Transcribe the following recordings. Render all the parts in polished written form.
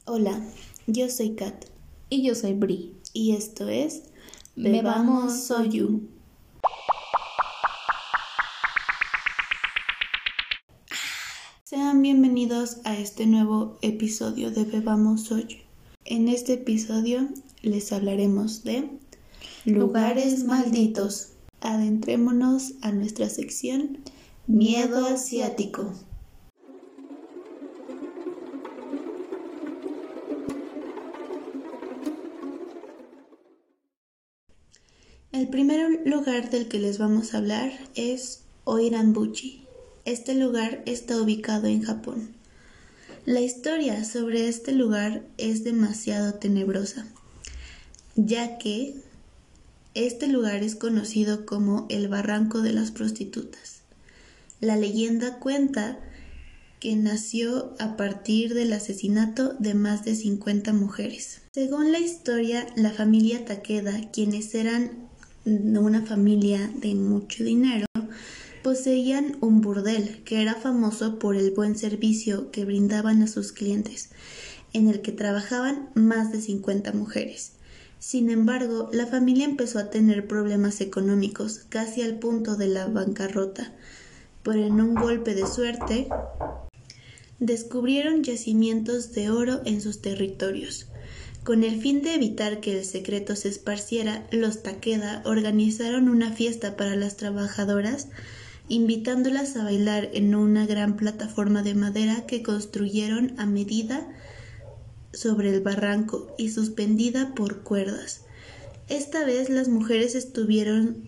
Hola, yo soy Kat Y yo soy Bri. y esto es Bebamos Soju. Sean bienvenidos a este nuevo episodio de Bebamos Soju. En este episodio les hablaremos de lugares malditos. Adentrémonos a nuestra sección Miedo Asiático. El primer lugar del que les vamos a hablar es Oiranbuchi. Este lugar está ubicado en Japón. La historia sobre este lugar es demasiado tenebrosa, ya que este lugar es conocido como el Barranco de las Prostitutas. La leyenda cuenta que nació a partir del asesinato de más de 50 mujeres. Según la historia, la familia Takeda, quienes eran una familia de mucho dinero, poseían un burdel que era famoso por el buen servicio que brindaban a sus clientes, en el que trabajaban más de 50 mujeres. Sin embargo, la familia empezó a tener problemas económicos, casi al punto de la bancarrota, pero en un golpe de suerte descubrieron yacimientos de oro en sus territorios. Con el fin de evitar que el secreto se esparciera, los Takeda organizaron una fiesta para las trabajadoras, invitándolas a bailar en una gran plataforma de madera que construyeron a medida sobre el barranco y suspendida por cuerdas. Esta vez las mujeres estuvieron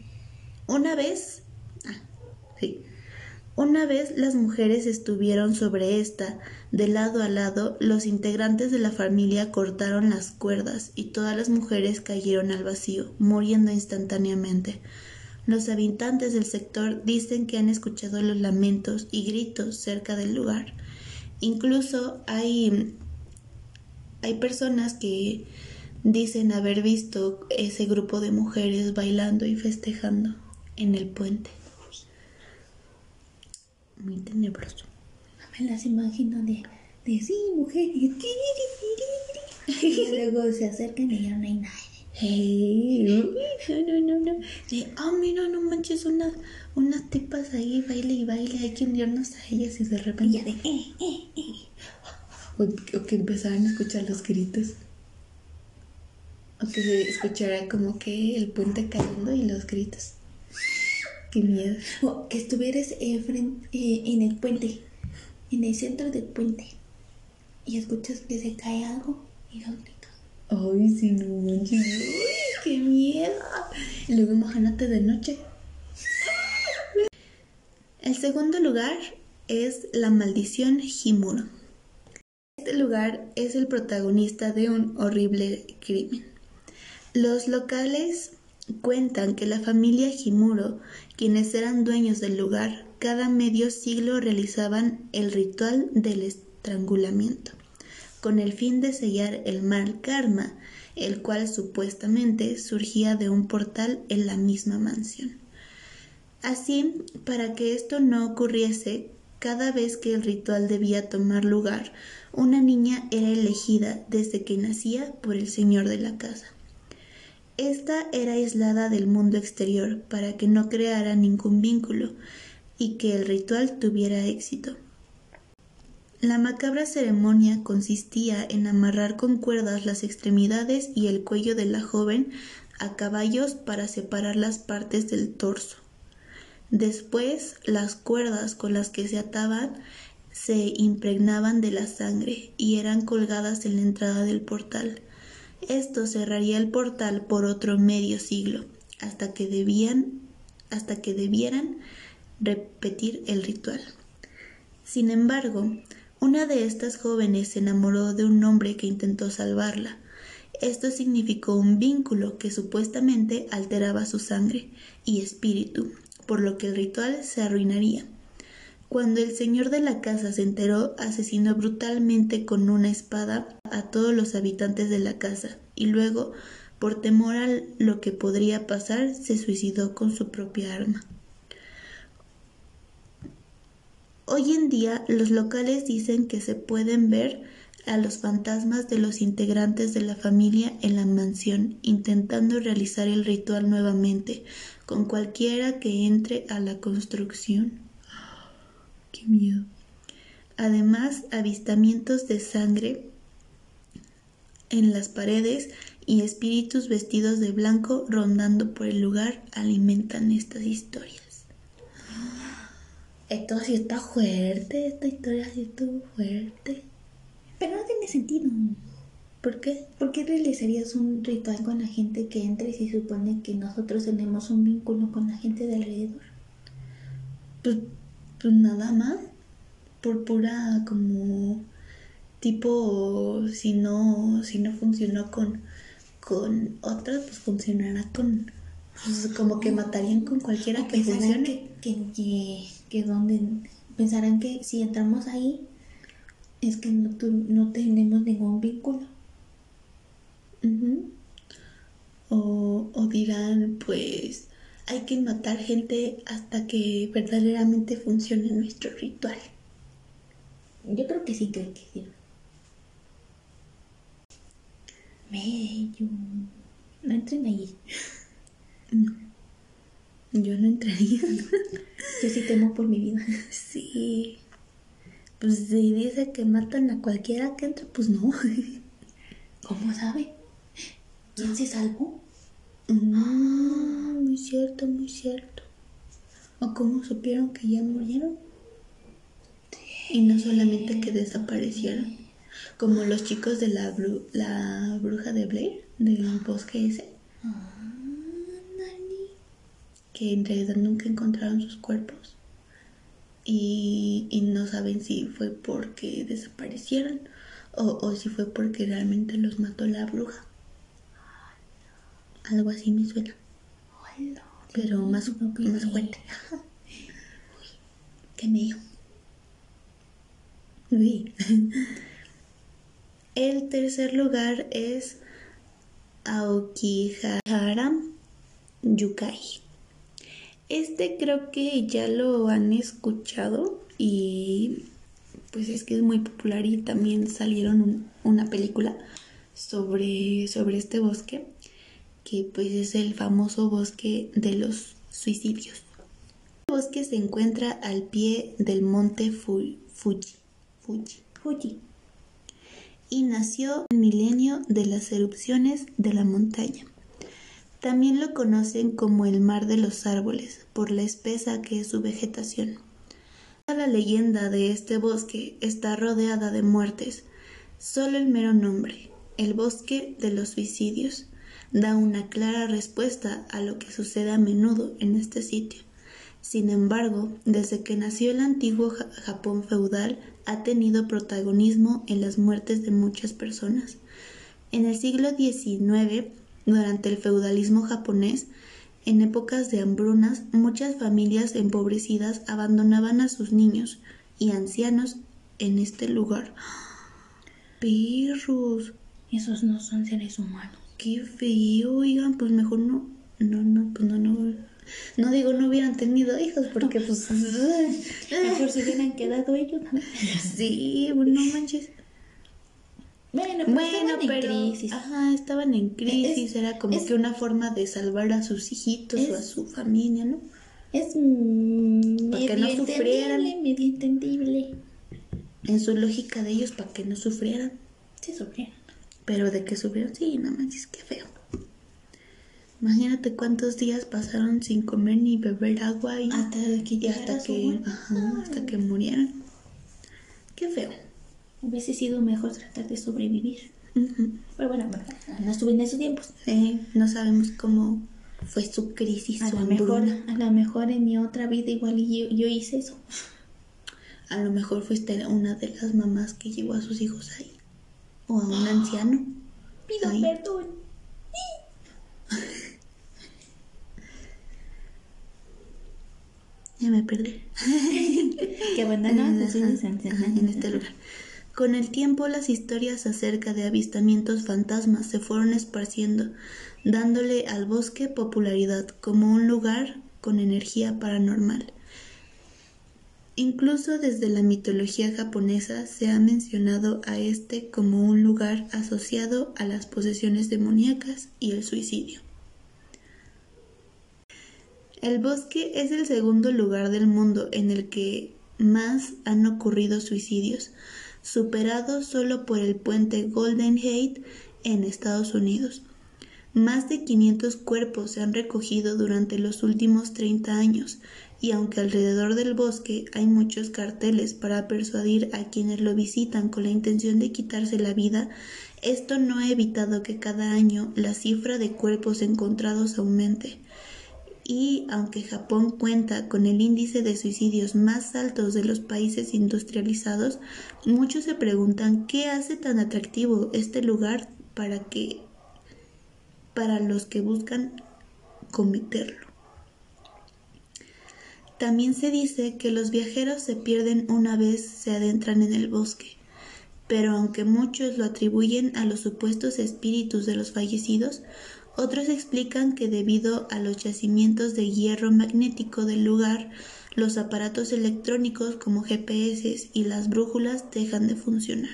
Una vez las mujeres estuvieron sobre esta, de lado a lado, los integrantes de la familia cortaron las cuerdas y todas las mujeres cayeron al vacío, muriendo instantáneamente. Los habitantes del sector dicen que han escuchado los lamentos y gritos cerca del lugar. Incluso hay personas que dicen haber visto ese grupo de mujeres bailando y festejando en el puente. Muy tenebroso. No me las imagino de sí, mujeres. Y luego se acercan y ya no hay nadie. Hey, no. Mira, no manches, unas tipas ahí, baile y baile, hay que unirnos a ellas y de repente. Y ya de O que empezaran a escuchar los gritos. O que se escuchara como que el puente cayendo y los gritos. Qué miedo. O que estuvieras en el puente, en el centro del puente, y escuchas que se cae algo y los gritos. Ay, sí, no manches. Uy, qué miedo. Y luego imagínate de noche. El segundo lugar es la maldición Himuro. Este lugar es el protagonista de un horrible crimen. Los locales cuentan que la familia Himuro, quienes eran dueños del lugar, cada medio siglo realizaban el ritual del estrangulamiento, con el fin de sellar el mal karma, el cual supuestamente surgía de un portal en la misma mansión. Así, para que esto no ocurriese, cada vez que el ritual debía tomar lugar, una niña era elegida desde que nacía por el señor de la casa. Esta era aislada del mundo exterior para que no creara ningún vínculo y que el ritual tuviera éxito. La macabra ceremonia consistía en amarrar con cuerdas las extremidades y el cuello de la joven a caballos para separar las partes del torso. Después, las cuerdas con las que se ataban se impregnaban de la sangre y eran colgadas en la entrada del portal. Esto cerraría el portal por otro medio siglo, hasta que debieran repetir el ritual. Sin embargo, una de estas jóvenes se enamoró de un hombre que intentó salvarla. Esto significó un vínculo que supuestamente alteraba su sangre y espíritu, por lo que el ritual se arruinaría. Cuando el señor de la casa se enteró, asesinó brutalmente con una espada a todos los habitantes de la casa y luego, por temor a lo que podría pasar, se suicidó con su propia arma. Hoy en día, los locales dicen que se pueden ver a los fantasmas de los integrantes de la familia en la mansión, intentando realizar el ritual nuevamente con cualquiera que entre a la construcción. ¡Qué miedo! Además, avistamientos de sangre en las paredes y espíritus vestidos de blanco rondando por el lugar alimentan estas historias. Esto sí está fuerte, esta historia sí estuvo fuerte. Pero no tiene sentido. ¿Por qué? ¿Por qué realizarías un ritual con la gente que entra y se supone que nosotros tenemos un vínculo con la gente de alrededor? Pues nada más. Por pura como tipo si no funcionó con otras, pues funcionará con pues, como que matarían con cualquiera que funcione. Que donde pensarán que si entramos ahí es que no tenemos ningún vínculo. Uh-huh. O dirán, pues hay que matar gente hasta que verdaderamente funcione nuestro ritual. Yo creo que sí, creo que sí. No entren allí. No, yo no entraría. Yo sí temo por mi vida. Sí. Pues si dice que matan a cualquiera que entre, pues no. ¿Cómo sabe? ¿Quién se salvó? Muy cierto, muy cierto. ¿O cómo supieron que ya murieron? Y no solamente que desaparecieron. Como los chicos de la bruja de Blair, del bosque ese. Nani. Que en realidad nunca encontraron sus cuerpos. Y no saben si fue porque desaparecieron o si fue porque realmente los mató la bruja. Algo así me suena. Hola, Pero más fuerte. Qué medio. Uy. El tercer lugar es Aokigahara Yukai. Este creo que ya lo han escuchado y pues es que es muy popular y también salieron una película sobre este bosque, que pues es el famoso bosque de los suicidios. El bosque se encuentra al pie del monte Fuji. Y nació en el milenio de las erupciones de la montaña. También lo conocen como el mar de los árboles, por la espesa que es su vegetación. Toda la leyenda de este bosque está rodeada de muertes. Solo el mero nombre, el bosque de los suicidios, da una clara respuesta a lo que sucede a menudo en este sitio. Sin embargo, desde que nació el antiguo Japón feudal, ha tenido protagonismo en las muertes de muchas personas. En el siglo XIX, durante el feudalismo japonés, en épocas de hambrunas, muchas familias empobrecidas abandonaban a sus niños y ancianos en este lugar. ¡Perros! Esos no son seres humanos. ¡Qué feo! Oigan, pues mejor no. No digo no hubieran tenido hijos porque pues mejor se hubieran quedado ellos. Sí, no manches. Bueno, pero en crisis. Ajá, estaban en crisis, era como que una forma de salvar a sus hijitos o a su familia, ¿no? Es para que no sufrieran. Medio entendible. En su lógica de ellos, para que no sufrieran. Sí sufrieron. Pero de que sufrieron, sí, no manches, qué feo. Imagínate cuántos días pasaron sin comer ni beber agua y hasta que murieran. Qué feo. Hubiese sido mejor tratar de sobrevivir. Uh-huh. Pero bueno, no estuve en esos tiempos. No sabemos cómo fue su crisis. A lo mejor en mi otra vida igual yo hice eso. A lo mejor fuiste una de las mamás que llevó a sus hijos ahí. O a un anciano. Pido ahí. Perdón. Ya me perdí. Que abandonaron a sus hijos en este lugar. Con el tiempo, las historias acerca de avistamientos fantasmas se fueron esparciendo, dándole al bosque popularidad como un lugar con energía paranormal. Incluso desde la mitología japonesa se ha mencionado a este como un lugar asociado a las posesiones demoníacas y el suicidio. El bosque es el segundo lugar del mundo en el que más han ocurrido suicidios, superado solo por el puente Golden Gate en Estados Unidos. Más de 500 cuerpos se han recogido durante los últimos 30 años, y aunque alrededor del bosque hay muchos carteles para persuadir a quienes lo visitan con la intención de quitarse la vida, esto no ha evitado que cada año la cifra de cuerpos encontrados aumente. Y aunque Japón cuenta con el índice de suicidios más altos de los países industrializados, muchos se preguntan qué hace tan atractivo este lugar para los que buscan cometerlo. También se dice que los viajeros se pierden una vez se adentran en el bosque, pero aunque muchos lo atribuyen a los supuestos espíritus de los fallecidos, otros explican que debido a los yacimientos de hierro magnético del lugar, los aparatos electrónicos como GPS y las brújulas dejan de funcionar.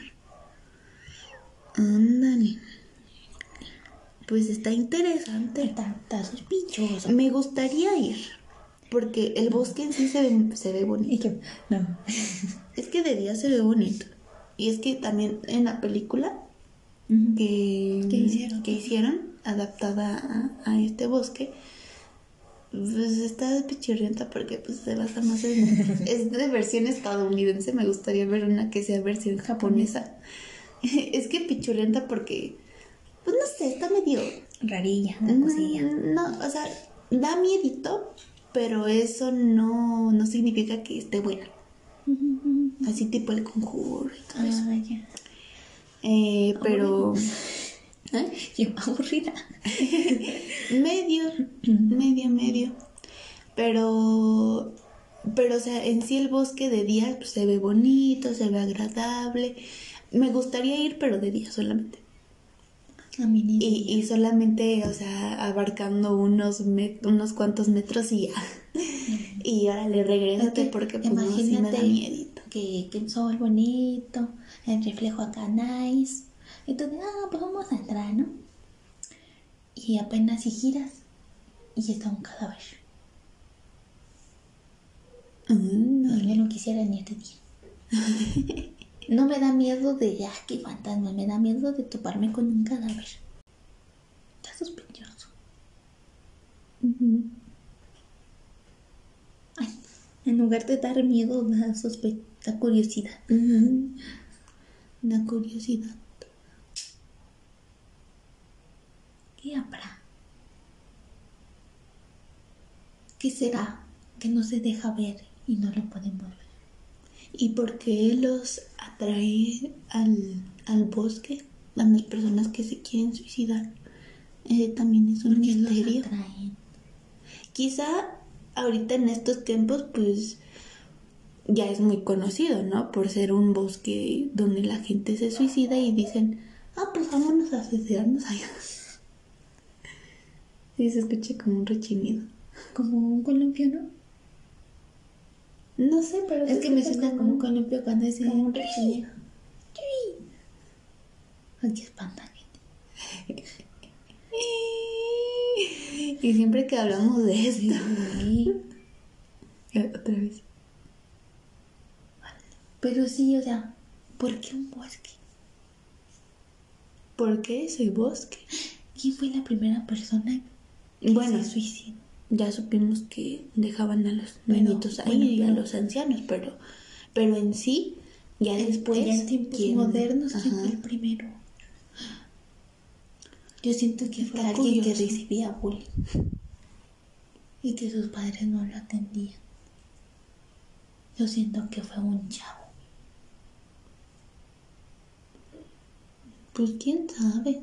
Ándale. Pues está interesante. Está sospechoso. Me gustaría ir, porque el bosque en sí se ve bonito. Y yo, no. Es que de día se ve bonito. Y es que también en la película que hicieron adaptada a este bosque, pues está pichirrienta porque pues se basa más en... es de versión estadounidense, me gustaría ver una que sea versión japonesa. Es que pichurrienta porque, pues no sé, está medio... Rarilla, una cosilla. No, o sea, da miedito, pero eso no significa que esté buena. Así tipo El Conjuro y todo eso. Ya. Pero... Yo aburrida. medio. Pero, o sea, en sí el bosque de día pues, se ve bonito, se ve agradable. Me gustaría ir, pero de día solamente. A mí ni Y solamente, o sea, abarcando unos cuantos metros y ya. Y órale, regrésate porque pues no, sí me da miedito. Que el sol bonito, el reflejo acá nice. Y tú, pues vamos a entrar, ¿no? Y apenas si giras y está un cadáver. No, yo no quisiera ni este día. No me da miedo de qué fantasma, me da miedo de toparme con un cadáver. Está sospechoso. Ay, en lugar de dar miedo, da curiosidad. Da curiosidad. ¿Qué habrá? ¿Qué será que no se deja ver y no lo podemos ver? ¿Y por qué los atrae al bosque a las personas que se quieren suicidar? También es un misterio. Los atraen. Quizá ahorita en estos tiempos pues ya es muy conocido, ¿no? Por ser un bosque donde la gente se suicida y dicen, pues vámonos a suicidarnos allá. Sí, se escucha como un rechinido. ¿Como un columpio, no? No sé, pero es que me suena como un columpio cuando es como un rechinido. Aquí espanta gente. Y siempre que hablamos de esto. Otra vez. Pero sí, o sea, ¿por qué un bosque? ¿Por qué soy bosque? ¿Quién fue la primera persona que se suicidó? Ya supimos que dejaban a los niñitos ahí y a los ancianos, pero en sí, ya después... Ya en tiempos modernos, ¿quién fue el primero? Yo siento que fue alguien que recibía bullying y que sus padres no lo atendían. Yo siento que fue un chavo. Pues quién sabe.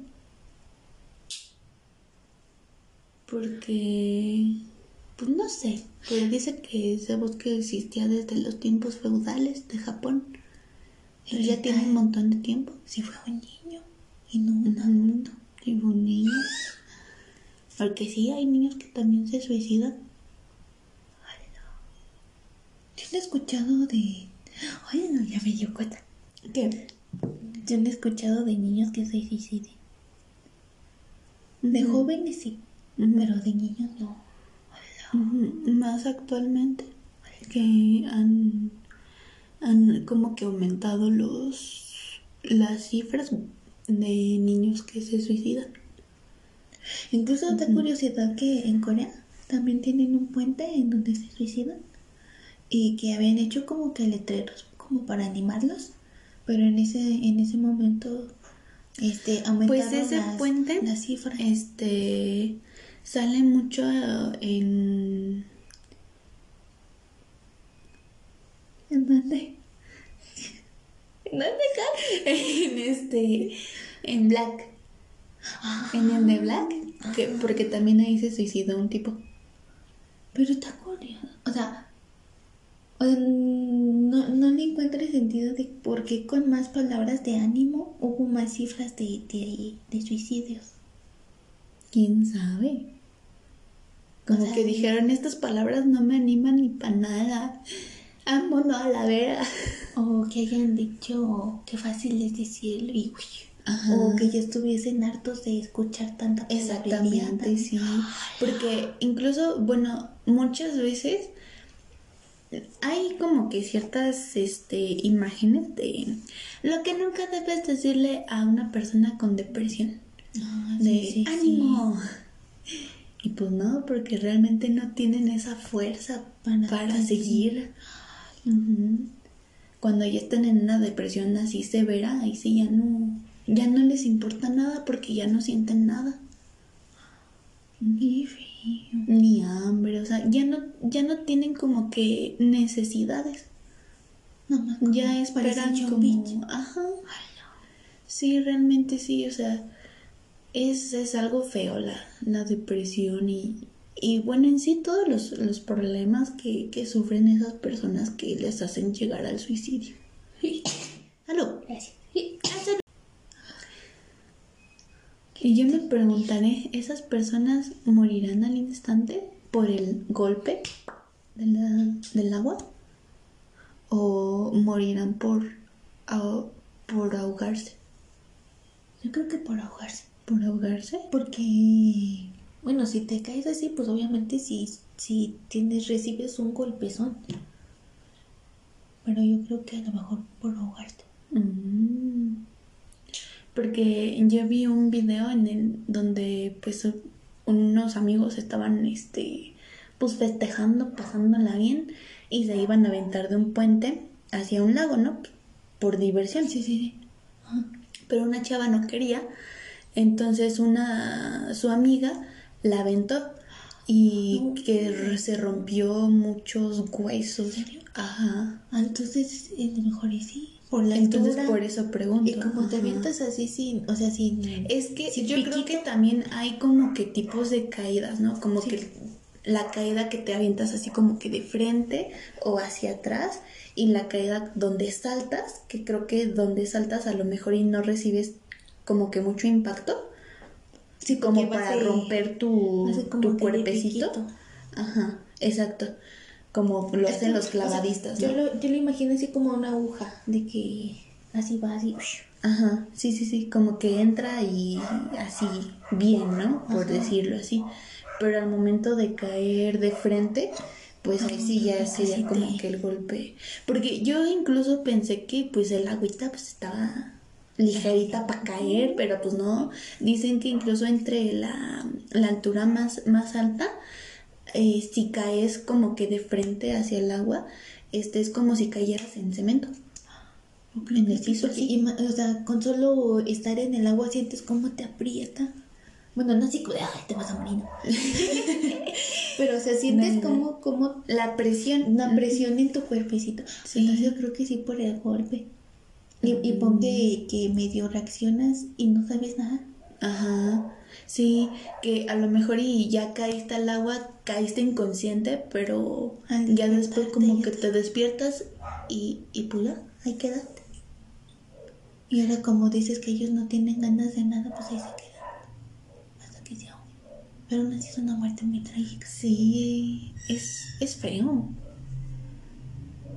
Porque, pues no sé, pero dice que ese bosque existía desde los tiempos feudales de Japón. Pero ya tiene un montón de tiempo. Si fue un niño y no un adulto. Y un niño. Porque sí, hay niños que también se suicidan. Yo he escuchado de... Ay, no, ya me dio cuenta. ¿Qué? Yo no he escuchado de niños que se suiciden. De jóvenes sí, pero de niños no. Más actualmente que han como que aumentado las cifras de niños que se suicidan. Incluso da curiosidad que en Corea también tienen un puente en donde se suicidan y que habían hecho como que letreros como para animarlos, pero en ese momento aumentaron Pues ese puente las cifras. Sale mucho en... ¿En dónde? ¿En dónde, en Black. En el de Black, porque también ahí se suicidó un tipo. Pero está curioso. O sea, no le encuentro sentido de por qué con más palabras de ánimo hubo más cifras de suicidios. ¿Quién sabe? Como O sea, que dijeron, estas palabras no me animan ni para nada. Vámonos a la vera. O que hayan dicho qué fácil es decirlo y uy. Ajá. O que ya estuviesen hartos de escuchar tanta Exactamente, sí. Porque incluso, bueno, muchas veces hay como que ciertas imágenes de lo que nunca debes decirle a una persona con depresión. De ánimo. Y pues no, porque realmente no tienen esa fuerza para seguir. Cuando ya están en una depresión así severa, ahí sí ya no les importa nada porque ya no sienten nada. Qué feo. Ni hambre, o sea, ya no tienen como que necesidades. No, Ya esperan como... Ajá. Sí, realmente sí, o sea, es algo feo la depresión y bueno, en sí todos los problemas que sufren esas personas que les hacen llegar al suicidio. ¿Aló? Gracias. Y yo me preguntaré, ¿esas personas morirán al instante por el golpe del agua? ¿O morirán por ahogarse? Yo creo que por ahogarse. ¿Por ahogarse? Porque, bueno, si te caes así, pues obviamente si recibes un golpezón. Pero yo creo que a lo mejor por ahogarte. Porque yo vi un video donde pues unos amigos estaban pues festejando, pasándola bien y se iban a aventar de un puente hacia un lago, ¿no? Por diversión. Sí. Pero una chava no quería, entonces su amiga la aventó y que se rompió muchos huesos. ¿En serio? Ajá. Entonces, a lo mejor y sí. Por la Entonces altura. por eso pregunto. Y como te avientas así sin... Es que sin yo piquito. creo que también hay como que tipos de caídas, ¿no? Como que la caída que te avientas así como que de frente o hacia atrás y la caída donde saltas, que creo que donde saltas a lo mejor y no recibes como que mucho impacto. Sí, como para romper tu cuerpecito. Ajá, exacto. Como lo hacen los clavadistas, ¿no? ¿no? Yo lo imagino así como una aguja, de que así va, así. Ajá, sí, como que entra y así bien, ¿no? Por decirlo así. Pero al momento de caer de frente, pues ahí sí ya sería como que el golpe. Porque yo incluso pensé que pues el agüita pues estaba ligerita para caer, pero pues no. Dicen que incluso entre la altura más alta, si caes como que de frente hacia el agua, es como si cayeras en cemento. En el piso, sí. O sea, con solo estar en el agua sientes cómo te aprieta. Bueno, no así como de, ay, te vas a morir. Pero, o sea, sientes como la presión. Una presión en tu cuerpecito. Sí. Entonces yo creo que sí por el golpe. Y ponte que medio reaccionas y no sabes nada. Ajá. Sí, que a lo mejor y ya caíste al agua, caíste inconsciente, pero ya después como que te despiertas y pues ya, ahí quedaste. Y ahora como dices que ellos no tienen ganas de nada, pues ahí se quedan. Hasta que se ahoguen. Pero aún así es una muerte muy trágica. Sí, es feo.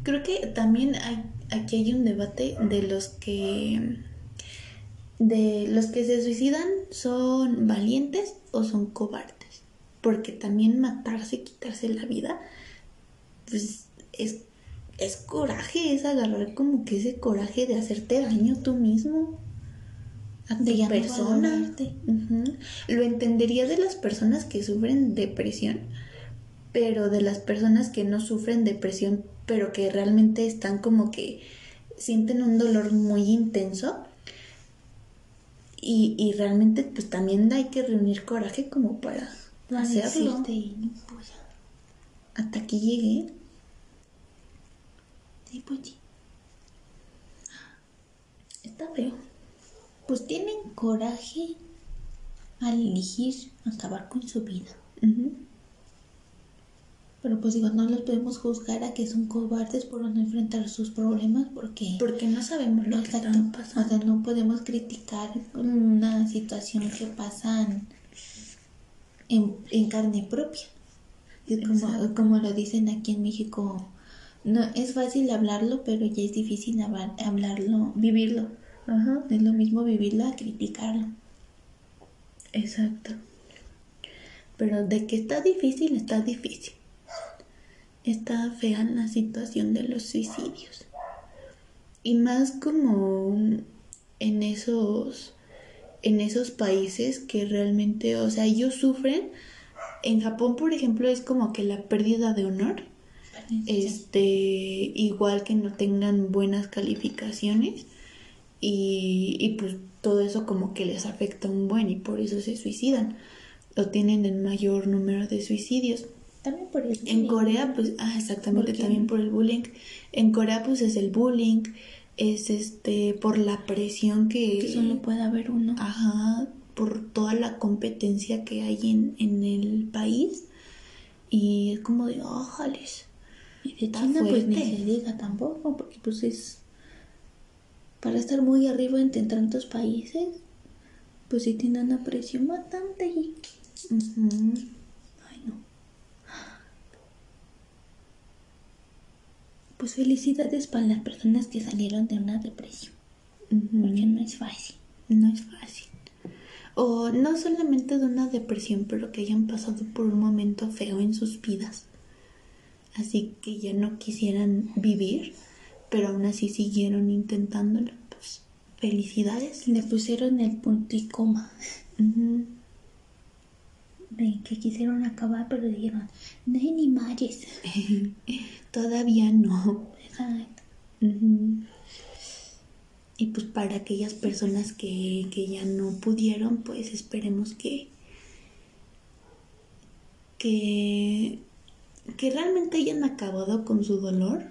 Creo que también aquí hay un debate de los que se suicidan son valientes o son cobardes. Porque también matarse, quitarse la vida, pues es coraje, es agarrar como que ese coraje de hacerte daño tú mismo a De tu ya no persona. valorarte. Lo entendería de las personas que sufren depresión, pero de las personas que no sufren depresión, pero que realmente están como que sienten un dolor muy intenso. Y realmente pues también hay que reunir coraje como para hacerlo. Decirte y no, pues, Hasta aquí llegué. sí, pues sí. Está feo. Pues tienen coraje al elegir acabar con su vida. Uh-huh. Pero pues digo, no los podemos juzgar a que son cobardes por no enfrentar sus problemas porque no sabemos lo que están pasando. O sea, no podemos criticar una situación que pasan en carne propia. Es como lo dicen aquí en México, no es fácil hablarlo, pero ya es difícil hablarlo, vivirlo. Ajá. Es lo mismo vivirlo a criticarlo. Exacto. Pero de que está difícil, está difícil. Está fea la situación de los suicidios. Y más como en esos países que realmente, o sea, ellos sufren. En Japón, por ejemplo, es como que la pérdida de honor. Igual que no tengan buenas calificaciones. Y pues todo eso como que les afecta un buen y por eso se suicidan. O tienen el mayor número de suicidios. También por el bullying. En Corea, pues, exactamente, también por el bullying. En Corea, pues, es el bullying, es por la presión que solo puede haber uno. Ajá, por toda la competencia que hay en el país. Y es como de, ¡jales! Y de China, pues, ni se diga tampoco, porque, pues, es para estar muy arriba entre tantos países, pues, sí tiene una presión bastante y... Uh-huh. Ay, no. Pues felicidades para las personas que salieron de una depresión. Uh-huh. Porque no es fácil. No es fácil. O no solamente de una depresión, pero que hayan pasado por un momento feo en sus vidas. Así que ya no quisieran vivir, pero aún así siguieron intentándolo. Pues felicidades. Le pusieron el punto y coma. Uh-huh. De que quisieron acabar, pero dijeron, no hay ni madres. Todavía no. Exacto. Uh-huh. Y pues para aquellas personas que ya no pudieron, pues esperemos que realmente hayan acabado con su dolor.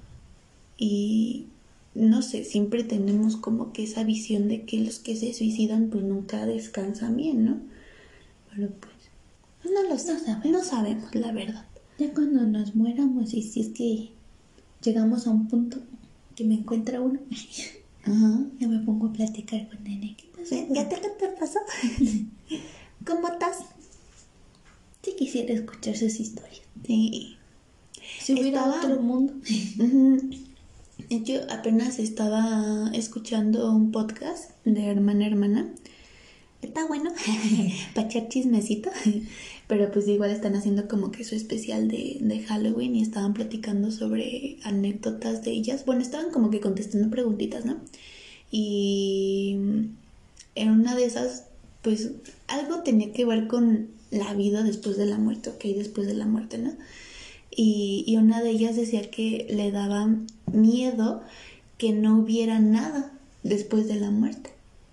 Y no sé, siempre tenemos como que esa visión de que los que se suicidan pues nunca descansan bien, ¿no? Pero pues no sabemos la verdad. Ya cuando nos muéramos y si es que llegamos a un punto que me encuentra uno, Ajá. ya me pongo a platicar con Nene. ¿Qué pasó? ¿Ya te pasó? ¿Cómo estás? Sí quisiera escuchar sus historias. Sí. Si hubiera otro mundo. Uh-huh. Yo apenas estaba escuchando un podcast de hermana. Está bueno para echar chismecito. Pero pues igual están haciendo como que su especial de Halloween y estaban platicando sobre anécdotas de ellas. Bueno, estaban como que contestando preguntitas, ¿no? Y en una de esas, pues algo tenía que ver con la vida después de la muerte, ok, después de la muerte, ¿no? Y una de ellas decía que le daba miedo que no hubiera nada después de la muerte.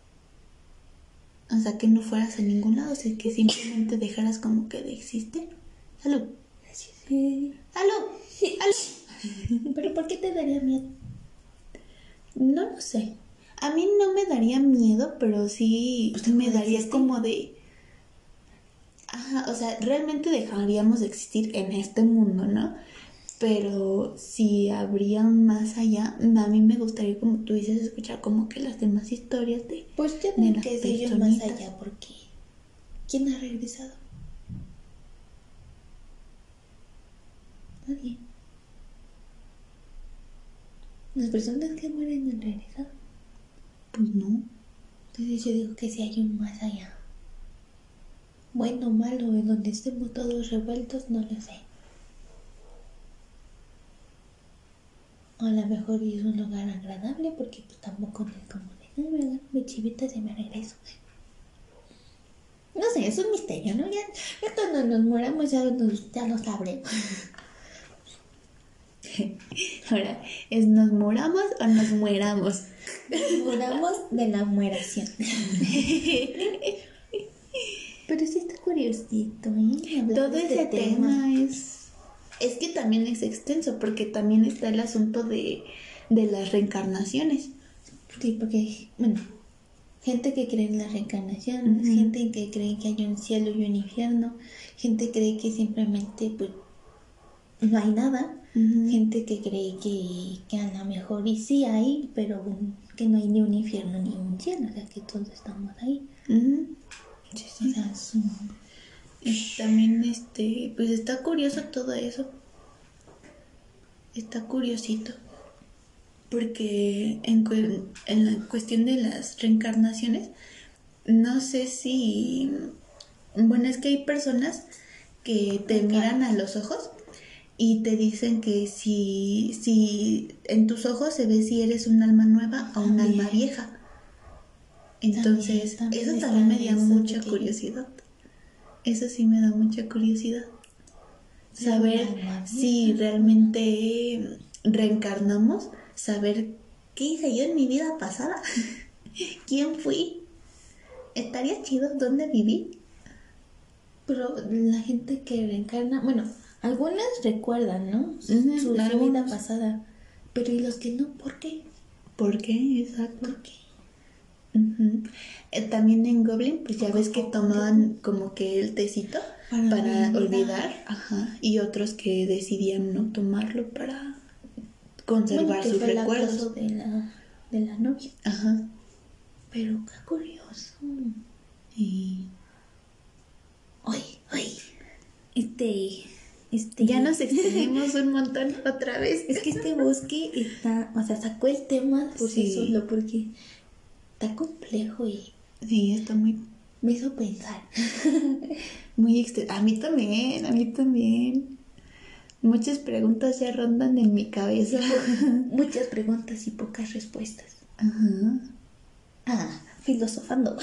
O sea, que no fueras a ningún lado, o sea, que simplemente dejaras como que de existir. ¡Salud! Gracias. ¡Salud! ¡Salud! ¿Pero por qué te daría miedo? No lo sé. A mí no me daría miedo, pero sí pues me daría como de... Ajá, o sea, realmente dejaríamos de existir en este mundo, ¿no? Pero si habría más allá, a mí me gustaría, como tú dices, escuchar como que las demás historias de... Pues ya ven que es ellos más allá, porque ¿quién ha regresado? Nadie. Las personas que mueren en realidad. Pues no. Entonces yo digo que si hay un más allá. Bueno o malo, en donde estemos todos revueltos, no lo sé. A lo mejor es un lugar agradable porque pues tampoco es como de, ay, me agarro mi chivita y me regreso. No sé, es un misterio, ¿no? Ya cuando nos muramos ya lo sabremos. Ahora, ¿es nos muramos o nos mueramos? Muramos de la mueración. Pero sí está curiosito, ¿eh? Hablar Todo de ese este tema es que también es extenso, porque también está el asunto de las reencarnaciones. Sí, porque, bueno, gente que cree en la reencarnación, Ujú. gente que cree que hay un cielo y un infierno, gente que cree que simplemente, pues, no hay nada. Ujú. Gente que cree que a lo mejor y sí hay, pero que no hay ni un infierno ni un cielo, o sea, que todos estamos ahí. Ujú. Sí, O sí. sea, es un... También, pues está curioso todo eso. Está curiosito. Porque en la cuestión de las reencarnaciones, no sé si... Bueno, es que hay personas que te miran a los ojos y te dicen que si en tus ojos se ve si eres un alma nueva o un alma vieja. Entonces, También eso está también me da eso mucha de que- curiosidad. Eso sí me da mucha curiosidad. Ser Saber un alma si vieja. realmente reencarnamos, saber qué hice yo en mi vida pasada, quién fui, estaría chido, dónde viví. Pero la gente que reencarna, bueno, algunas recuerdan, ¿no? Ujú, Su vida algunos. pasada. Pero ¿y los que no? ¿Por qué? ¿Por qué? Exacto. ¿Por qué? Ujú. También en Goblin, pues ya ves que ¿Cómo? tomaban como que el tecito para olvidar, ajá, y otros que decidían no tomarlo para conservar Bueno, que sus fue el recuerdos. acoso de la novia. Ajá. Pero qué curioso. Y Ay, ya nos extendimos un montón otra vez. Es que este bosque está, o sea, sacó el tema por sí Sí. solo, porque está complejo y Sí, está muy, me hizo pensar. muy extenso. A mí también, a mí también. Muchas preguntas ya rondan en mi cabeza. Muchas preguntas y pocas respuestas. Ajá. Ah, filosofando.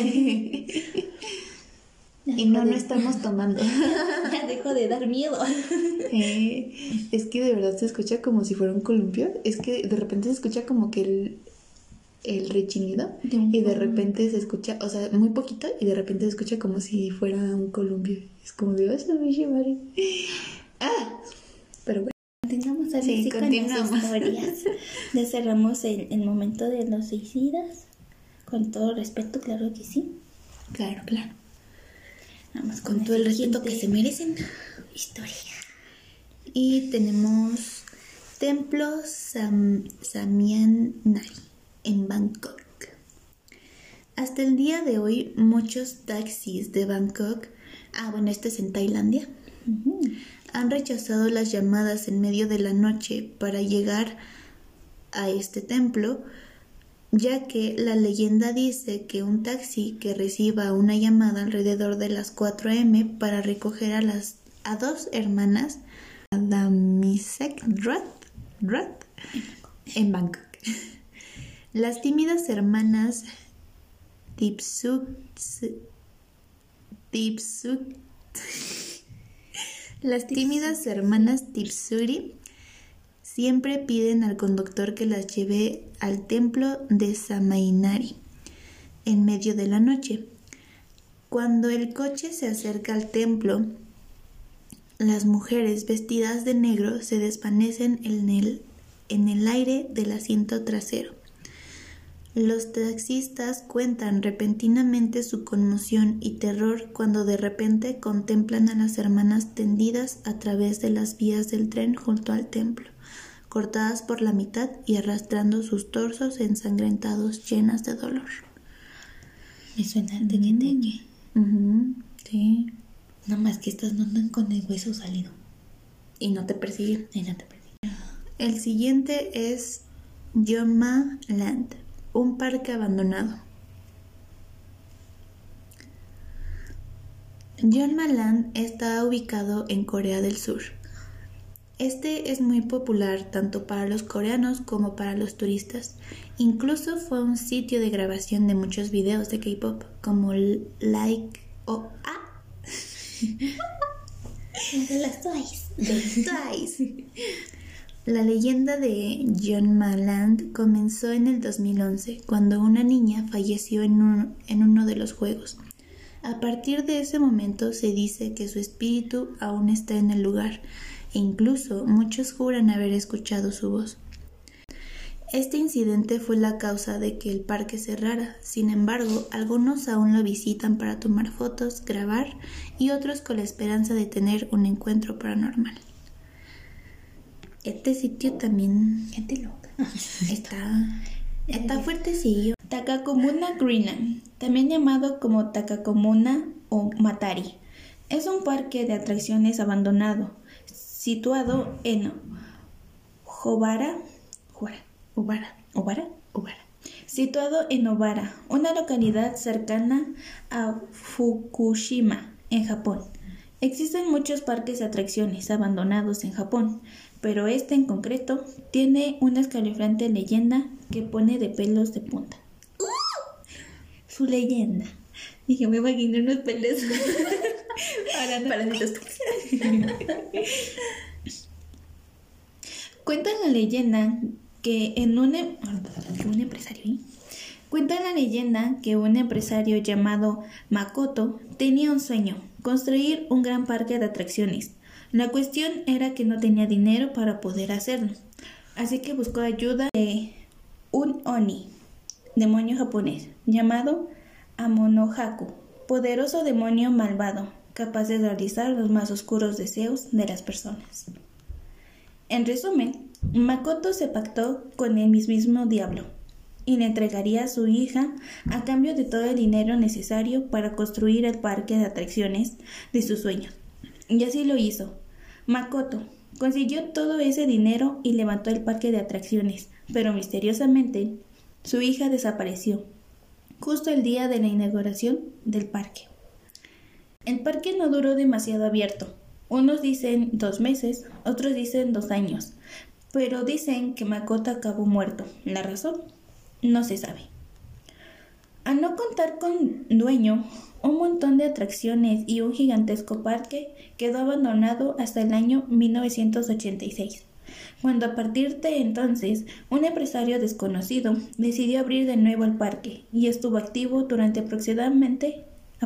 Y no estamos tomando. Ya dejo de dar miedo. Es que de verdad se escucha como si fuera un columpio. Es que de repente se escucha como que el rechinido y de repente se escucha, o sea, muy poquito y de repente se escucha como si fuera un columpio. Es como de, eso me llevaré. Pero bueno. Continuamos a Sí, con las continuamos. historias. Ya cerramos el momento de los suicidas. Con todo respeto, claro que sí. Claro, claro. Vamos Con todo el respeto que se merecen. Historia. Y tenemos Templo Samian Nari en Bangkok. Hasta el día de hoy, muchos taxis de Bangkok, este es en Tailandia, han rechazado las llamadas en medio de la noche para llegar a este templo, ya que la leyenda dice que un taxi que reciba una llamada alrededor de las 4 a.m. para recoger a dos hermanas Adamisek Rat en Bangkok. Las tímidas hermanas Tipsuri siempre piden al conductor que las lleve al templo de Samainari en medio de la noche. Cuando el coche se acerca al templo, las mujeres vestidas de negro se desvanecen en el aire del asiento trasero. Los taxistas cuentan repentinamente su conmoción y terror cuando de repente contemplan a las hermanas tendidas a través de las vías del tren junto al templo, cortadas por la mitad y arrastrando sus torsos ensangrentados, llenas de dolor. Me suena de que Sí. Nada más que estas no andan con el hueso salido. Y no te persiguen. Y no te perdí. El siguiente es Yeonma Land, un parque abandonado. Yeonma Land está ubicado en Corea del Sur. Este es muy popular tanto para los coreanos como para los turistas. Incluso fue un sitio de grabación de muchos videos de K-pop como Like o De las Twice. La leyenda de Yeonma Land comenzó en el 2011, cuando una niña falleció en uno de los juegos. A partir de ese momento se dice que su espíritu aún está en el lugar, e incluso muchos juran haber escuchado su voz. Este incidente fue la causa de que el parque cerrara. Sin embargo, algunos aún lo visitan para tomar fotos, grabar y otros con la esperanza de tener un encuentro paranormal. Este sitio también, gente loca, está fuertecillo. Takakomuna Greenland, también llamado como Takakomuna o Matari, es un parque de atracciones abandonado situado en Obara, situado en Obara, una localidad cercana a Fukushima, en Japón. Existen muchos parques de atracciones abandonados en Japón, pero este en concreto tiene una escalofriante leyenda que pone de pelos de punta. Su leyenda. Dije, me imaginé unos pelos. Parásitos. Cuenta la leyenda que un empresario llamado Makoto tenía un sueño: construir un gran parque de atracciones. La cuestión era que no tenía dinero para poder hacerlo, así que buscó ayuda de un Oni, demonio japonés, llamado Amonohaku, poderoso demonio malvado, capaz de realizar los más oscuros deseos de las personas. En resumen, Makoto se pactó con el mismísimo diablo y le entregaría a su hija a cambio de todo el dinero necesario para construir el parque de atracciones de sus sueños. Y así lo hizo. Makoto consiguió todo ese dinero y levantó el parque de atracciones, pero misteriosamente su hija desapareció justo el día de la inauguración del parque. El parque no duró demasiado abierto. Unos dicen 2 meses, otros dicen 2 años, pero dicen que Makoto acabó muerto. ¿La razón? No se sabe. Al no contar con dueño, un montón de atracciones y un gigantesco parque quedó abandonado hasta el año 1986, cuando a partir de entonces un empresario desconocido decidió abrir de nuevo el parque y estuvo activo durante aproximadamente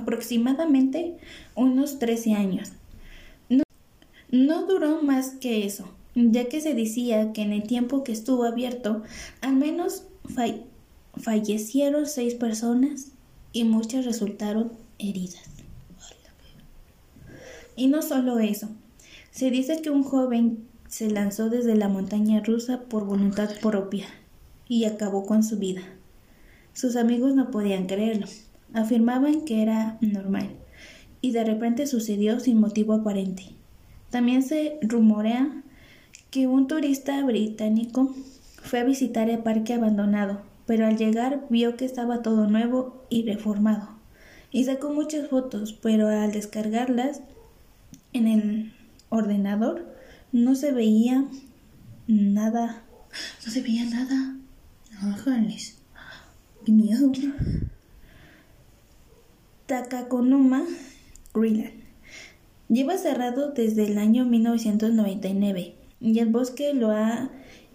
unos 13 años. No duró más que eso, ya que se decía que en el tiempo que estuvo abierto, al menos fallecieron 6 personas y muchas resultaron heridas. Y no solo eso, se dice que un joven se lanzó desde la montaña rusa por voluntad propia y acabó con su vida. Sus amigos no podían creerlo, afirmaban que era normal y de repente sucedió sin motivo aparente. También se rumorea que un turista británico fue a visitar el parque abandonado, pero al llegar vio que estaba todo nuevo y reformado, y sacó muchas fotos, pero al descargarlas en el ordenador no se veía nada. Ángeles, qué miedo. Takakomuna Greenland lleva cerrado desde el año 1999 y el bosque lo ha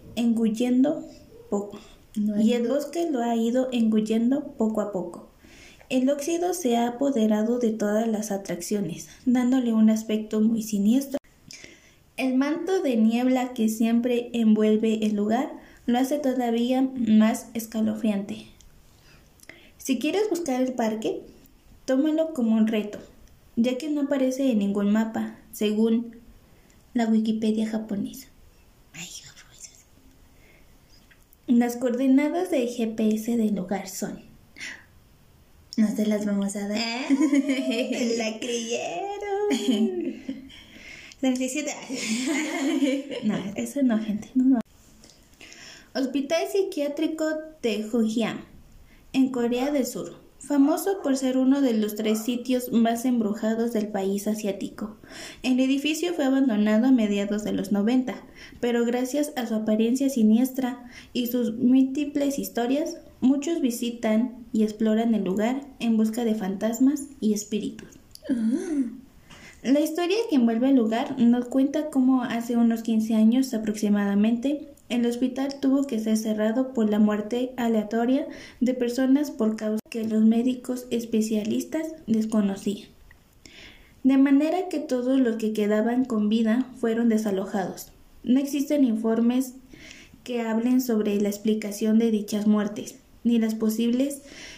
ido engullendo poco a poco. El óxido se ha apoderado de todas las atracciones, dándole un aspecto muy siniestro. El manto de niebla que siempre envuelve el lugar lo hace todavía más escalofriante. Si quieres buscar el parque, tómalo como un reto, ya que no aparece en ningún mapa, según la Wikipedia japonesa. Las coordenadas de GPS del lugar son... No se las vamos a dar. La creyeron. La necesidad. No, eso no, gente. No. Hospital Psiquiátrico de Junjiang, en Corea del Sur, famoso por ser uno de los 3 sitios más embrujados del país asiático. El edificio fue abandonado a mediados de los 90, pero gracias a su apariencia siniestra y sus múltiples historias, muchos visitan y exploran el lugar en busca de fantasmas y espíritus. La historia que envuelve el lugar nos cuenta cómo hace unos 15 años aproximadamente, el hospital tuvo que ser cerrado por la muerte aleatoria de personas por causas que los médicos especialistas desconocían. De manera que todos los que quedaban con vida fueron desalojados. No existen informes que hablen sobre la explicación de dichas muertes, ni la posible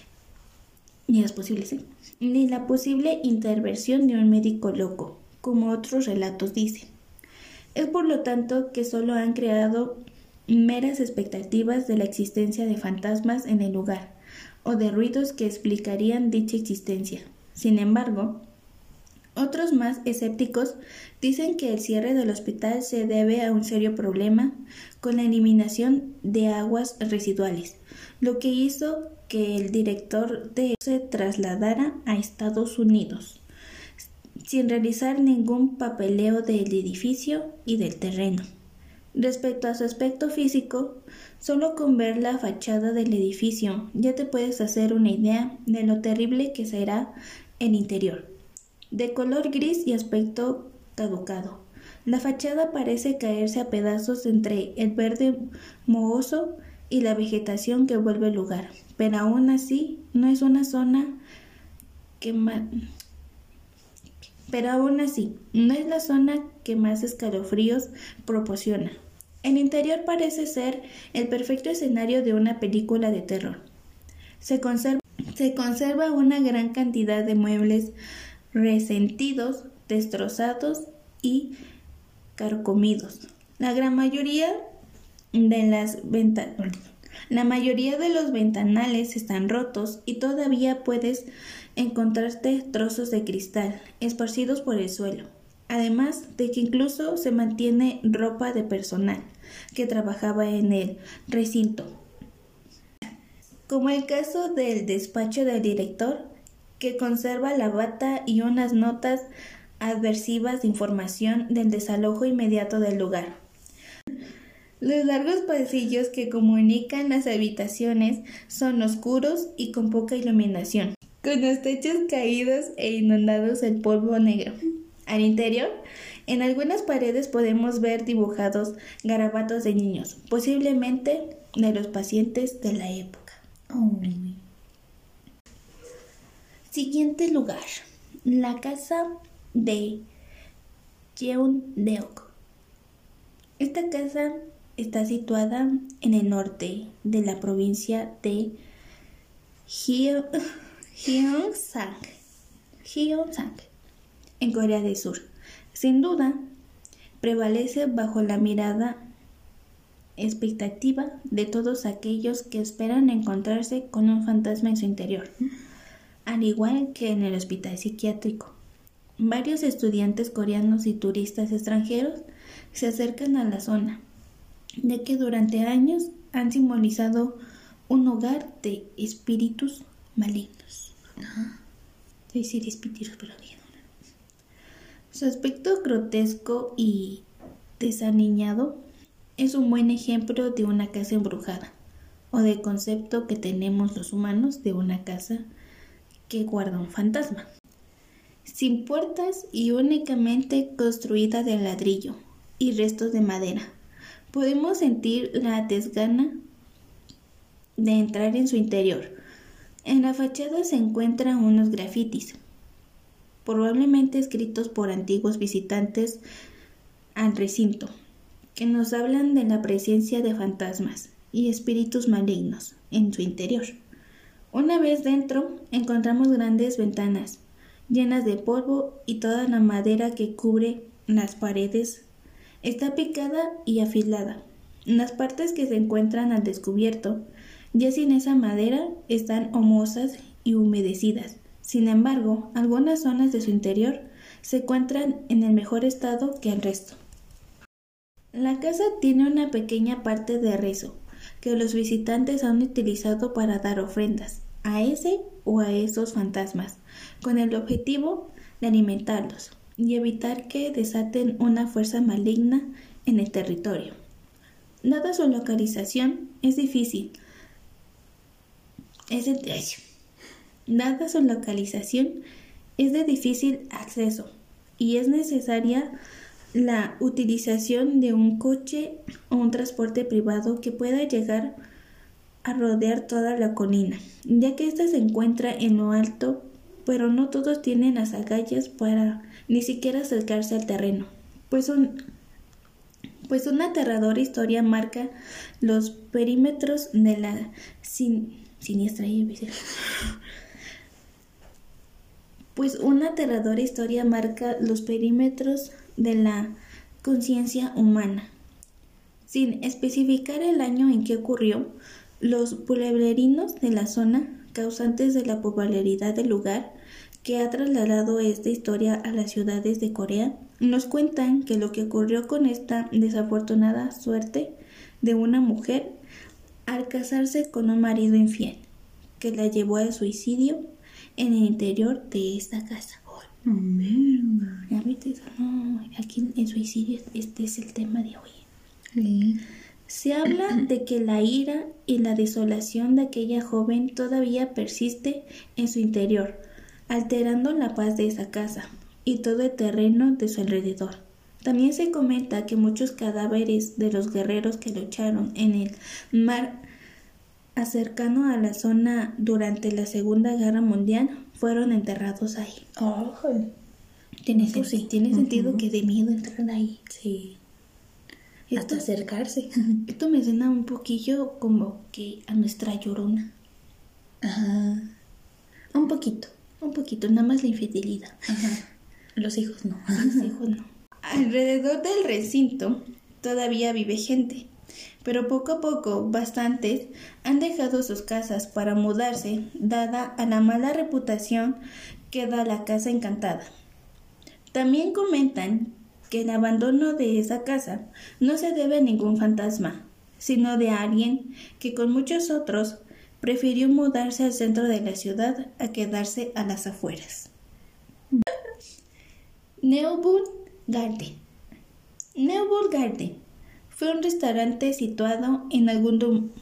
intervención de un médico loco, como otros relatos dicen. Es por lo tanto que solo han creado meras expectativas de la existencia de fantasmas en el lugar, o de ruidos que explicarían dicha existencia. Sin embargo, otros más escépticos dicen que el cierre del hospital se debe a un serio problema con la eliminación de aguas residuales, lo que hizo que el director se trasladara a Estados Unidos, sin realizar ningún papeleo del edificio y del terreno. Respecto a su aspecto físico, solo con ver la fachada del edificio ya te puedes hacer una idea de lo terrible que será el interior. De color gris y aspecto caducado, la fachada parece caerse a pedazos entre el verde mohoso y la vegetación que vuelve el lugar, pero aún así no es una zona no es la zona que más escalofríos proporciona. El interior parece ser el perfecto escenario de una película de terror. Se conserva una gran cantidad de muebles resentidos, destrozados y carcomidos. La mayoría de los ventanales están rotos y todavía puedes encontrarte trozos de cristal esparcidos por el suelo, además de que incluso se mantiene ropa de personal que trabajaba en el recinto, como el caso del despacho del director, que conserva la bata y unas notas adversivas de información del desalojo inmediato del lugar. Los largos pasillos que comunican las habitaciones son oscuros y con poca iluminación, con los techos caídos e inundados de polvo negro. Al interior, en algunas paredes podemos ver dibujados garabatos de niños, posiblemente de los pacientes de la época. Siguiente lugar, la casa de Jeondeok. Esta casa está situada en el norte de la provincia de Gyeongsang, en Corea del Sur. Sin duda, prevalece bajo la mirada expectativa de todos aquellos que esperan encontrarse con un fantasma en su interior, al igual que en el hospital psiquiátrico. Varios estudiantes coreanos y turistas extranjeros se acercan a la zona, ya que durante años han simbolizado un hogar de espíritus malignos. Es decir, espíritus, pero bien. Su aspecto grotesco y desaliñado es un buen ejemplo de una casa embrujada, o del concepto que tenemos los humanos de una casa que guarda un fantasma. Sin puertas y únicamente construida de ladrillo y restos de madera, podemos sentir la desgana de entrar en su interior. En la fachada se encuentran unos grafitis, probablemente escritos por antiguos visitantes al recinto, que nos hablan de la presencia de fantasmas y espíritus malignos en su interior. Una vez dentro, encontramos grandes ventanas llenas de polvo y toda la madera que cubre las paredes está picada y afilada. Las partes que se encuentran al descubierto, ya sin esa madera, están homosas y humedecidas. Sin embargo, algunas zonas de su interior se encuentran en el mejor estado que el resto. La casa tiene una pequeña parte de rezo, que los visitantes han utilizado para dar ofrendas a ese o a esos fantasmas, con el objetivo de alimentarlos y evitar que desaten una fuerza maligna en el territorio. Dada su localización, es difícil. Dada su localización, es de difícil acceso y es necesaria la utilización de un coche o un transporte privado que pueda llegar a rodear toda la colina, ya que ésta se encuentra en lo alto, pero no todos tienen las agallas para ni siquiera acercarse al terreno, pues una aterradora historia marca los perímetros de la siniestra Pues una aterradora historia marca los perímetros de la conciencia humana. Sin especificar el año en que ocurrió, los pueblerinos de la zona, causantes de la popularidad del lugar, que ha trasladado esta historia a las ciudades de Corea, nos cuentan que lo que ocurrió con esta desafortunada suerte de una mujer al casarse con un marido infiel, que la llevó al suicidio en el interior de esta casa. Aquí el suicidio, este es el tema de hoy. Se habla de que la ira y la desolación de aquella joven todavía persiste en su interior, alterando la paz de esa casa y todo el terreno de su alrededor. También se comenta que muchos cadáveres de los guerreros que lucharon en el mar cercano a la zona durante la Segunda Guerra Mundial fueron enterrados ahí. Tiene sentido que de miedo entrar ahí. Sí. Hasta acercarse. Esto me suena un poquillo como que a nuestra Llorona. Ajá. Un poquito, nada más la infidelidad. Ajá. Los hijos no. Alrededor del recinto todavía vive gente, pero poco a poco bastantes han dejado sus casas para mudarse, dada a la mala reputación que da la casa encantada. También comentan que el abandono de esa casa no se debe a ningún fantasma, sino de alguien que con muchos otros prefirió mudarse al centro de la ciudad a quedarse a las afueras. Neuburg Garden. Neuburg Garden fue un restaurante situado en algún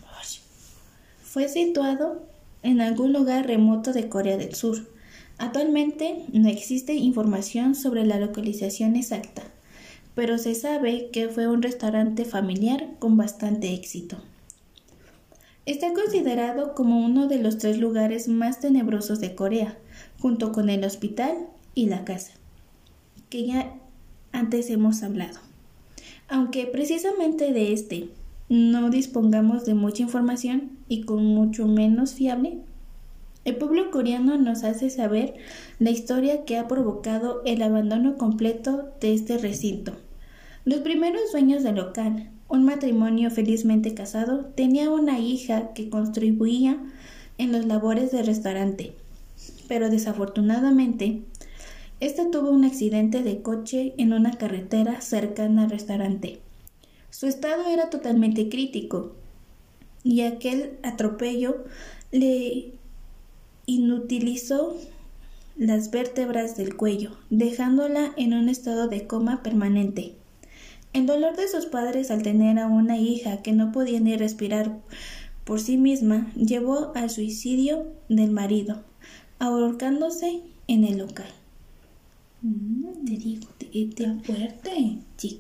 lugar remoto de Corea del Sur. Actualmente no existe información sobre la localización exacta, pero se sabe que fue un restaurante familiar con bastante éxito. Está considerado como uno de los 3 lugares más tenebrosos de Corea, junto con el hospital y la casa, que ya antes hemos hablado. Aunque precisamente de este no dispongamos de mucha información y con mucho menos fiable, el pueblo coreano nos hace saber la historia que ha provocado el abandono completo de este recinto. Los primeros dueños del local, un matrimonio felizmente casado, tenía una hija que contribuía en las labores del restaurante, pero desafortunadamente, esta tuvo un accidente de coche en una carretera cercana al restaurante. Su estado era totalmente crítico y aquel atropello le inutilizó las vértebras del cuello, dejándola en un estado de coma permanente. El dolor de sus padres al tener a una hija que no podía ni respirar por sí misma llevó al suicidio del marido, ahorcándose en el local. Te digo, está fuerte.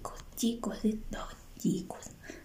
Chicos.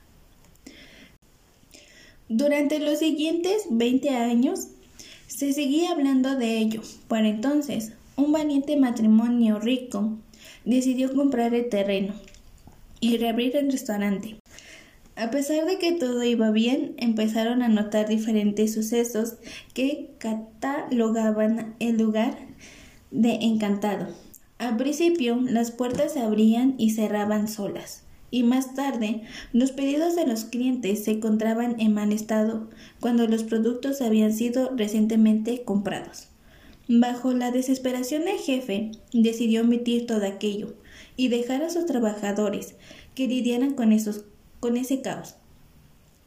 Durante los siguientes 20 años se seguía hablando de ello. Para entonces, un valiente matrimonio rico decidió comprar el terreno y reabrir el restaurante. A pesar de que todo iba bien, empezaron a notar diferentes sucesos que catalogaban el lugar de encantado. Al principio, las puertas se abrían y cerraban solas, y más tarde, los pedidos de los clientes se encontraban en mal estado cuando los productos habían sido recientemente comprados. Bajo la desesperación del jefe, decidió omitir todo aquello y dejar a sus trabajadores que lidiaran con ese caos.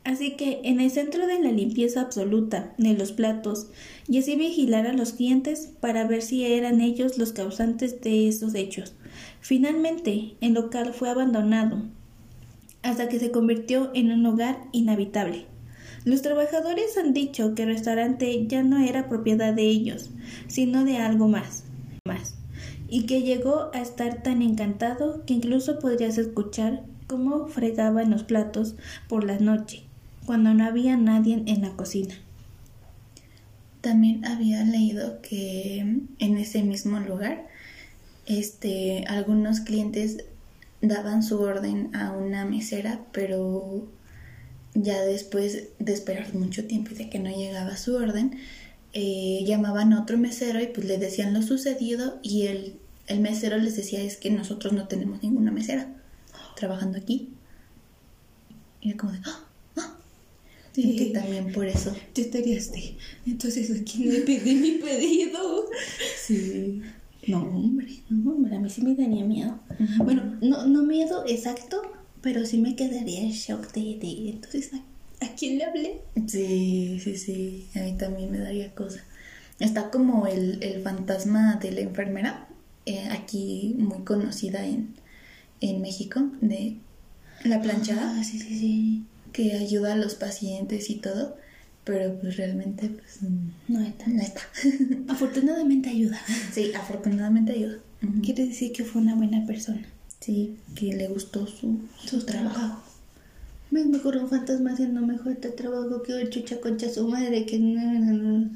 Así que en el centro de la limpieza absoluta de los platos y así vigilar a los clientes para ver si eran ellos los causantes de esos hechos. Finalmente, el local fue abandonado hasta que se convirtió en un lugar inhabitable. Los trabajadores han dicho que el restaurante ya no era propiedad de ellos, sino de algo más, y que llegó a estar tan encantado que incluso podrías escuchar cómo fregaban los platos por la noche, cuando no había nadie en la cocina. También había leído que en ese mismo lugar, algunos clientes daban su orden a una mesera, pero ya después de esperar mucho tiempo y de que no llegaba su orden, llamaban a otro mesero y pues le decían lo sucedido y el mesero les decía: es que nosotros no tenemos ninguna mesera trabajando aquí. Y era como de y que también por eso Yo estaría así. Entonces aquí le pedí mi pedido. sí. No, hombre, a mí sí me daría miedo. Uh-huh. Bueno, no miedo exacto, pero sí me quedaría en shock de entonces, ¿a quién le hablé? Sí, a mí también me daría cosa. Está como el fantasma de la enfermera, aquí muy conocida en México, de la planchada. Sí. Que ayuda a los pacientes y todo, pero pues realmente pues no está. Afortunadamente ayuda. Sí, afortunadamente ayuda. Uh-huh. Quiere decir que fue una buena persona. Sí, que le gustó su trabajo. Es mejor un fantasma haciendo mejor este trabajo que un chucha concha su madre que no.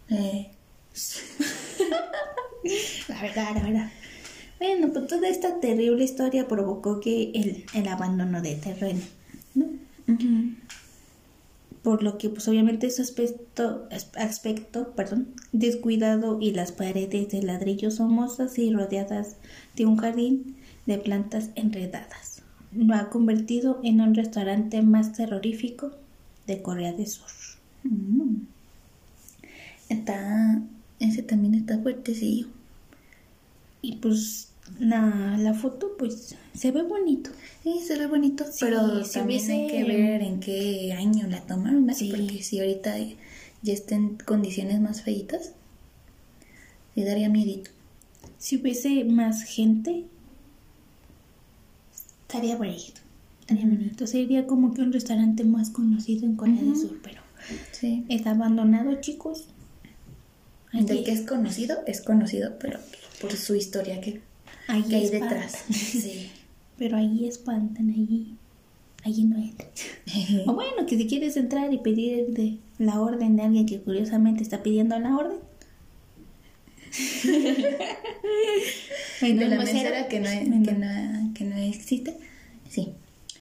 La verdad. Bueno, pues toda esta terrible historia provocó que el abandono de terreno, ¿no? Uh-huh. Por lo que pues obviamente su aspecto descuidado y las paredes de ladrillo son mozas y rodeadas de un jardín de plantas enredadas. Lo ha convertido en un restaurante más terrorífico de Corea del Sur. Uh-huh. Ese también está fuertecillo. Y pues la foto pues se ve bonito. Sí, se ve bonito, sí, pero también hay que ver en qué año la tomaron, ¿no? Sí. Porque si ahorita ya está en condiciones más feitas, le daría miedito. Si hubiese más gente, estaría bonito. Sería como que un restaurante más conocido en Corea del Sur, pero sí. Está abandonado, chicos. De que es conocido, pero por su historia que hay detrás. Sí. Pero ahí espantan, allí no entran. O bueno, que si quieres entrar y pedir de la orden de alguien que curiosamente está pidiendo la orden. Bueno, de la mesera que no existe. Sí.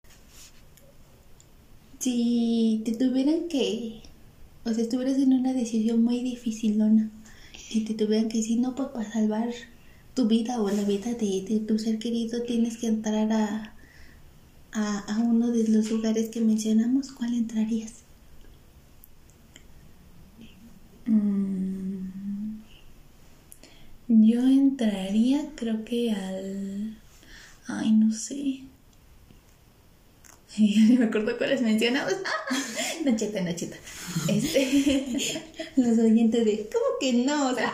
Si te tuvieran que, o sea, estuvieras en una decisión muy dificilona y te tuvieran que decir, no, pues para salvar tu vida o la vida de tu ser querido tienes que entrar a uno de los lugares que mencionamos, ¿cuál entrarías? Yo entraría, creo que ay, no sé. Me acuerdo cuáles mencionamos. Nacheta. Los oyentes de, ¿cómo que no? O sea,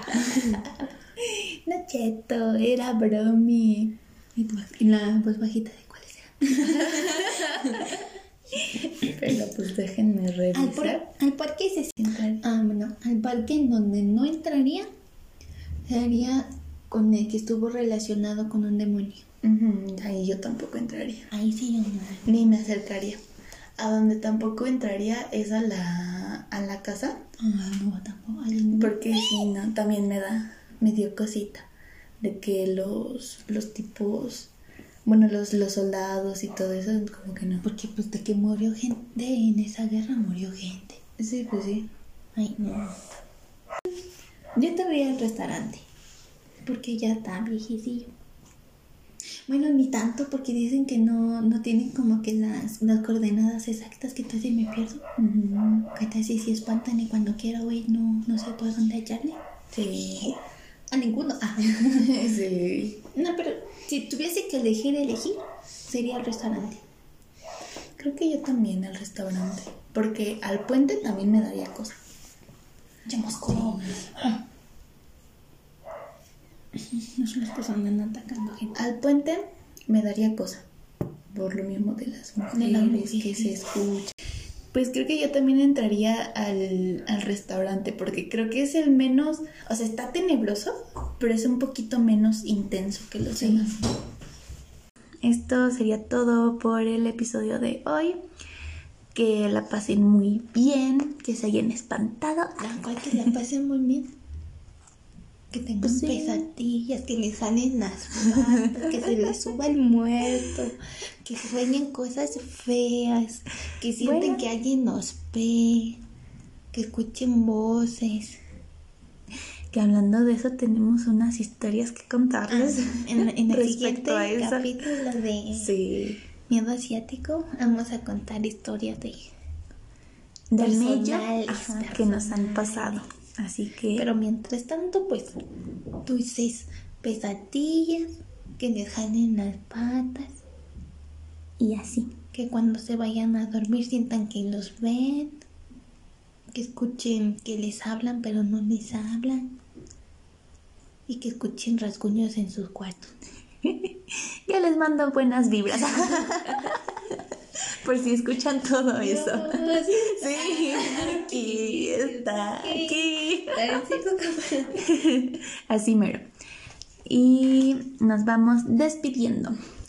Nacheto, era bromi. Y la voz bajita de cuáles eran. Pero pues déjenme revisar. Al parque se bueno, al parque en donde no entraría sería con el que estuvo relacionado con un demonio. Ahí yo tampoco entraría. Ahí sí yo no. Ni me acercaría. A donde tampoco entraría es a la casa. No, tampoco. No. Porque si no, también me dio cosita de que los tipos, bueno, los soldados y todo eso, como que no. Porque pues de que murió gente, en esa guerra murió gente. Sí, pues sí. Ay, no. Yo entraría al restaurante, porque ya está viejecillo. Bueno, ni tanto, porque dicen que no tienen como que las coordenadas exactas, que entonces me pierdo. Que tal si espantan y cuando quiero güey no sé por dónde echarle. Sí. A ninguno. Sí. No, pero si tuviese que elegir, sería el restaurante. Creo que yo también al restaurante, porque al puente también me daría cosa. Ya Moscú. No son las personas andan atacando gente. Al puente me daría cosa, por lo mismo de las mujeres que se escuchan. Pues creo que yo también entraría al restaurante, porque creo que es el menos, o sea, está tenebroso, pero es un poquito menos intenso que los demás. Esto sería todo por el episodio de hoy. Que la pasen muy bien, que se hayan espantado. Que la pasen muy bien. Que tengan Pues sí. pesadillas, que les salen las patas, que se les suba el muerto, que sueñen cosas feas, que sienten que alguien nos ve, que escuchen voces. Que hablando de eso tenemos unas historias que contarles. En el respecto siguiente a eso. capítulo de Sí. Miedo Asiático vamos a contar historias de Del medio personales, que nos han pasado. Así que... Pero mientras tanto, pues, dulces pesadillas, que les jalen las patas, y así. que cuando se vayan a dormir sientan que los ven, que escuchen que les hablan pero no les hablan, y que escuchen rasguños en sus cuartos. Ya les mando buenas vibras. Por si escuchan todo eso. Sí, aquí está, aquí. Así mero. Y nos vamos despidiendo.